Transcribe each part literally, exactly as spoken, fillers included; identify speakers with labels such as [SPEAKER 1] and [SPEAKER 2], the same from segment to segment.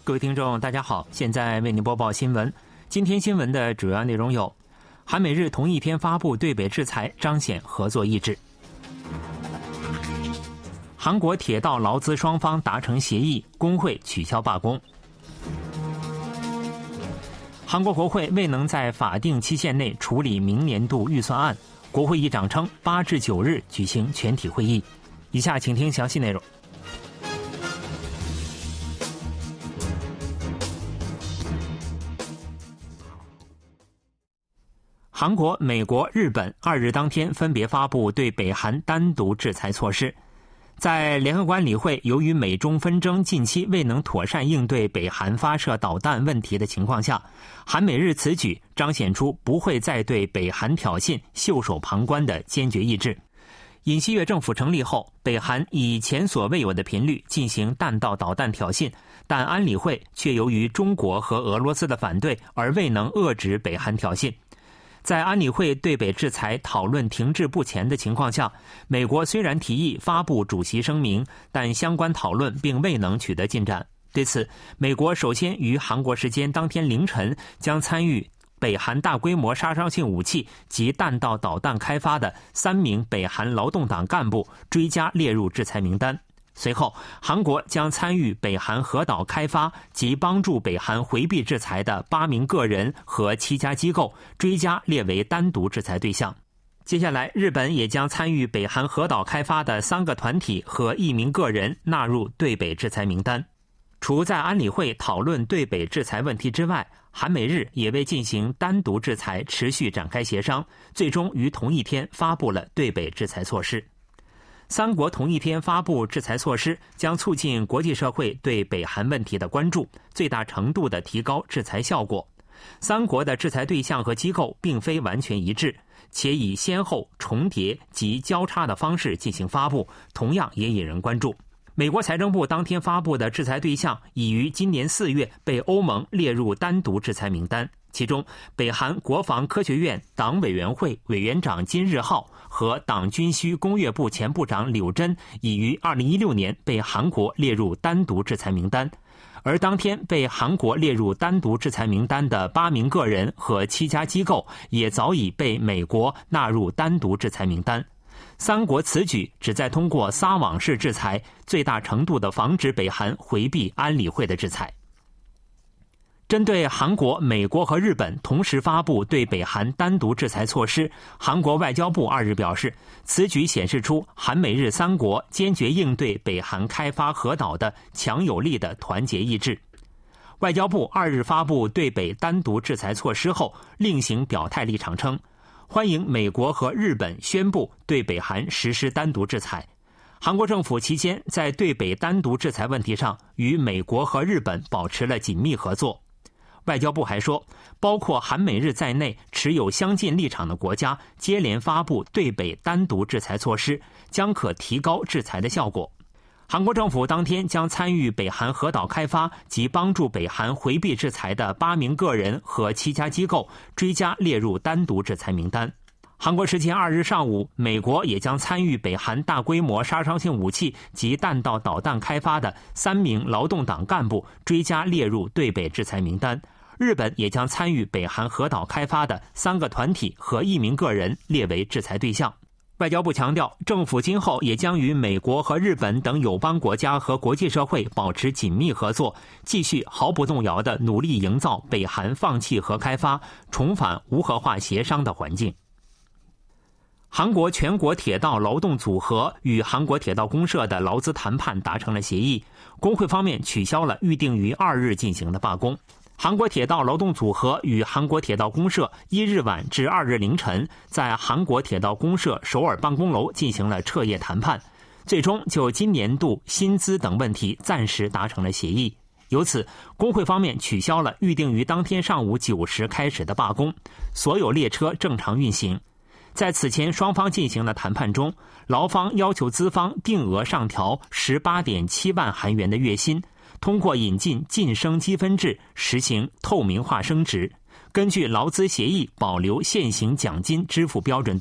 [SPEAKER 1] 各位听众大家好，现在为您播报新闻。今天新闻的主要内容有：韩美日同一天发布对北制裁，彰显合作意志；韩国铁道劳资双方达成协议，工会取消罢工；韩国国会未能在法定期限内处理明年度预算案，国会议长称八至九日举行全体会议。以下请听详细内容。韩国、美国、日本二日当天分别发布对北韩单独制裁措施。在联合国安理会由于美中纷争近期未能妥善应对北韩发射导弹问题的情况下，韩美日此举彰显出不会再对北韩挑衅袖手旁观的坚决意志。尹锡悦政府成立后，北韩以前所未有的频率进行弹道导弹挑衅，但安理会却由于中国和俄罗斯的反对而未能遏制北韩挑衅。在安理会对北制裁讨论停滞不前的情况下，美国虽然提议发布主席声明，但相关讨论并未能取得进展。对此，美国首先于韩国时间当天凌晨将参与北韩大规模杀伤性武器及弹道导弹开发的三名北韩劳动党干部追加列入制裁名单。随后，韩国将参与北韩核岛开发及帮助北韩回避制裁的八名个人和七家机构追加列为单独制裁对象。接下来，日本也将参与北韩核岛开发的三个团体和一名个人纳入对北制裁名单。除在安理会讨论对北制裁问题之外，韩美日也为进行单独制裁持续展开协商，最终于同一天发布了对北制裁措施。三国同一天发布制裁措施，将促进国际社会对北韩问题的关注，最大程度地提高制裁效果。三国的制裁对象和机构并非完全一致，且以先后、重叠及交叉的方式进行发布，同样也引人关注。美国财政部当天发布的制裁对象已于今年四月被欧盟列入单独制裁名单，其中北韩国防科学院党委员会委员长金日浩和党军需工业部前部长柳珍已于二零一六年被韩国列入单独制裁名单，而当天被韩国列入单独制裁名单的八名个人和七家机构也早已被美国纳入单独制裁名单。三国此举旨在通过撒网式制裁，最大程度地防止北韩回避安理会的制裁。针对韩国、美国和日本同时发布对北韩单独制裁措施，韩国外交部二日表示，此举显示出韩美日三国坚决应对北韩开发核岛的强有力的团结意志。外交部二日发布对北单独制裁措施后，另行表态立场称，欢迎美国和日本宣布对北韩实施单独制裁。韩国政府期间在对北单独制裁问题上与美国和日本保持了紧密合作。外交部还说，包括韩美日在内持有相近立场的国家接连发布对北单独制裁措施，将可提高制裁的效果。韩国政府当天将参与北韩核岛开发及帮助北韩回避制裁的八名个人和七家机构追加列入单独制裁名单。韩国时间二日上午，美国也将参与北韩大规模杀伤性武器及弹道导弹开发的三名劳动党干部追加列入对北制裁名单。日本也将参与北韩核岛开发的三个团体和一名个人列为制裁对象。外交部强调，政府今后也将与美国和日本等友邦国家和国际社会保持紧密合作，继续毫不动摇地努力营造北韩放弃核开发、重返无核化协商的环境。韩国全国铁道劳动组合与韩国铁道公社的劳资谈判达成了协议，工会方面取消了预定于二日进行的罢工。韩国铁道劳动组合与韩国铁道公社一日晚至二日凌晨在韩国铁道公社首尔办公楼进行了彻夜谈判，最终就今年度薪资等问题暂时达成了协议。由此，工会方面取消了预定于当天上午九时开始的罢工，所有列车正常运行。在此前双方进行的谈判中，劳方要求资方定额上调 十八点七万韩元的月薪，通过引进晋升积分制，实行透明化升职，根据劳资协议保留现行奖金支付标准等。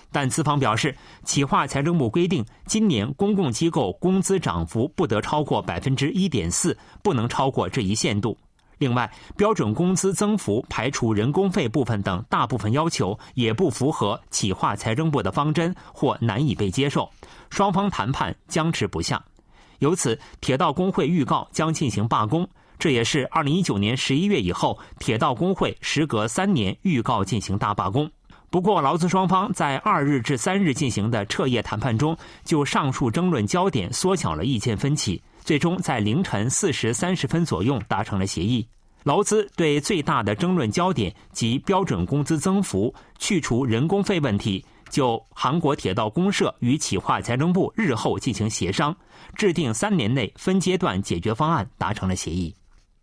[SPEAKER 1] 但资方表示，企划财政部规定，今年公共机构工资涨幅不得超过 百分之一点四， 不能超过这一限度。另外，标准工资增幅排除人工费部分等大部分要求也不符合企划财政部的方针或难以被接受，双方谈判僵持不下。由此，铁道工会预告将进行罢工，这也是二零一九年十一月以后铁道工会时隔三年预告进行大罢工。不过，劳资双方在二日至三日进行的彻夜谈判中，就上述争论焦点缩小了意见分歧，最终在凌晨四时三十分左右达成了协议。劳资对最大的争论焦点及标准工资增幅、去除人工费问题，就韩国铁道公社与企划财政部日后进行协商，制定三年内分阶段解决方案，达成了协议。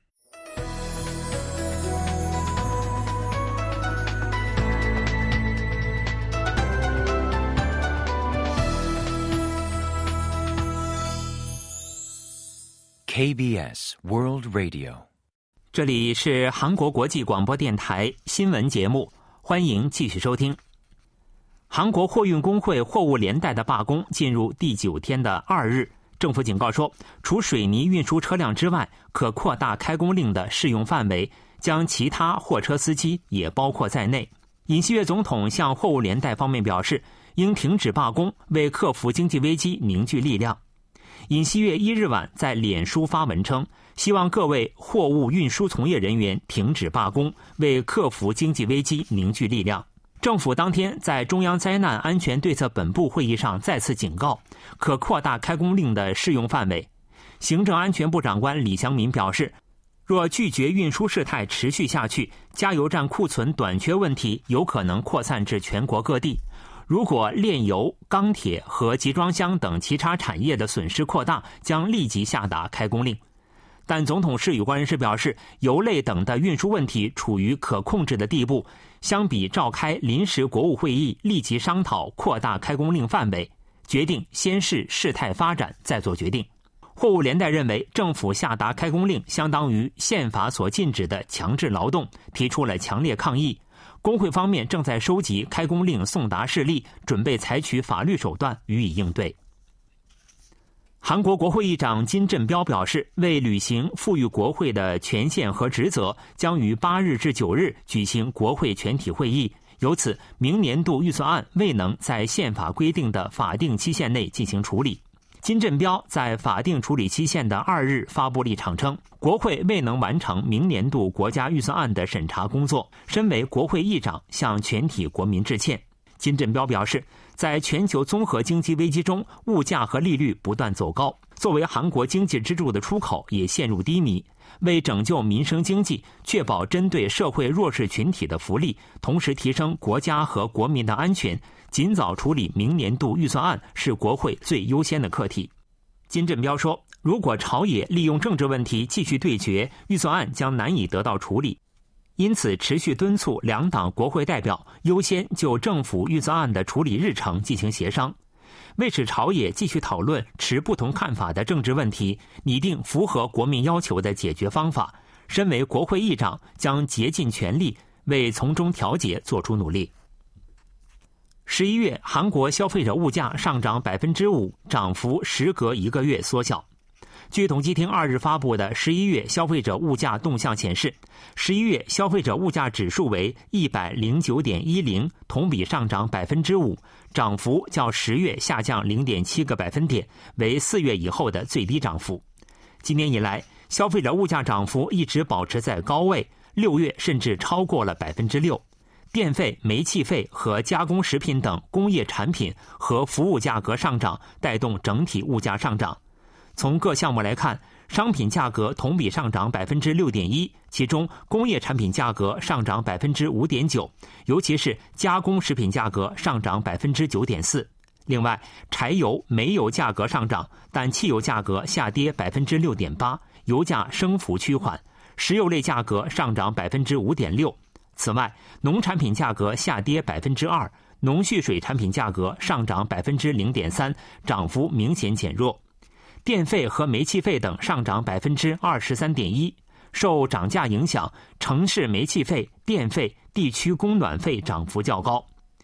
[SPEAKER 2] K B S World Radio，
[SPEAKER 1] 这里是韩国国际广播电台新闻节目，欢迎继续收听。韩国货运工会货物连带的罢工进入第九天的二日，政府警告说，除水泥运输车辆之外，可扩大开工令的适用范围，将其他货车司机也包括在内。尹锡悦总统向货物连带方面表示，应停止罢工，为克服经济危机凝聚力量。尹锡悦一日晚在脸书发文称，希望各位货物运输从业人员停止罢工，为克服经济危机凝聚力量。政府当天在中央灾难安全对策本部会议上再次警告，可扩大开工令的适用范围。行政安全部长官李祥民表示，若拒绝运输事态持续下去，加油站库存短缺问题有可能扩散至全国各地。如果炼油、钢铁和集装箱等其他产业的损失扩大，将立即下达开工令。但总统室有关人士表示，油类等的运输问题处于可控制的地步，相比召开临时国务会议立即商讨扩大开工令范围，决定先视事态发展再做决定。货物连带认为，政府下达开工令相当于宪法所禁止的强制劳动，提出了强烈抗议。工会方面正在收集开工令送达事例，准备采取法律手段予以应对。韩国国会议长金振标表示，为履行赋予国会的权限和职责，将于八日至九日举行国会全体会议。由此，明年度预算案未能在宪法规定的法定期限内进行处理。金振标在法定处理期限的二日发布立场称，国会未能完成明年度国家预算案的审查工作，身为国会议长向全体国民致歉。金振标表示，在全球综合经济危机中，物价和利率不断走高，作为韩国经济支柱的出口也陷入低迷。为拯救民生经济，确保针对社会弱势群体的福利，同时提升国家和国民的安全，尽早处理明年度预算案是国会最优先的课题。金振标说，如果朝野利用政治问题继续对决，预算案将难以得到处理。因此，持续敦促两党国会代表优先就政府预算案的处理日程进行协商。为使朝野继续讨论持不同看法的政治问题，拟定符合国民要求的解决方法，身为国会议长将竭尽全力为从中调解做出努力。十一月，韩国消费者物价上涨百分之五，涨幅时隔一个月缩小。据统计厅二日发布的十一月消费者物价动向显示，十一月消费者物价指数为一百零九点一零，同比上涨百分之五，涨幅较十月下降零点七个百分点，为四月以后的最低涨幅。今年以来，消费者物价涨幅一直保持在高位，六月甚至超过了百分之六。电费、煤气费和加工食品等工业产品和服务价格上涨，带动整体物价上涨。从各项目来看，商品价格同比上涨百分之六点一，其中工业产品价格上涨百分之五点九，尤其是加工食品价格上涨百分之九点四。另外，柴油、煤油价格上涨，但汽油价格下跌百分之六点八，油价升幅趋缓。石油类价格上涨百分之五点六。此外，农产品价格下跌百分之二，农畜水产品价格上涨百分之零点三，涨幅明显减弱。电费和煤气费等上涨百分之二十三点一，受涨价影响，城市煤气费、电费、地区供暖费涨幅较高。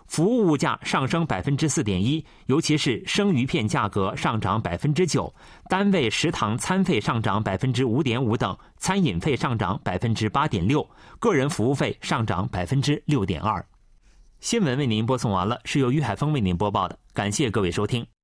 [SPEAKER 1] 服务物价上升百分之四点一，尤其是生鱼片价格上涨百分之九，单位食堂餐费上涨百分之五点五等，餐饮费上涨百分之八点六，个人服务费上涨百分之六点二。新闻为您播送完了，是由于海峰为您播报的，感谢各位收听。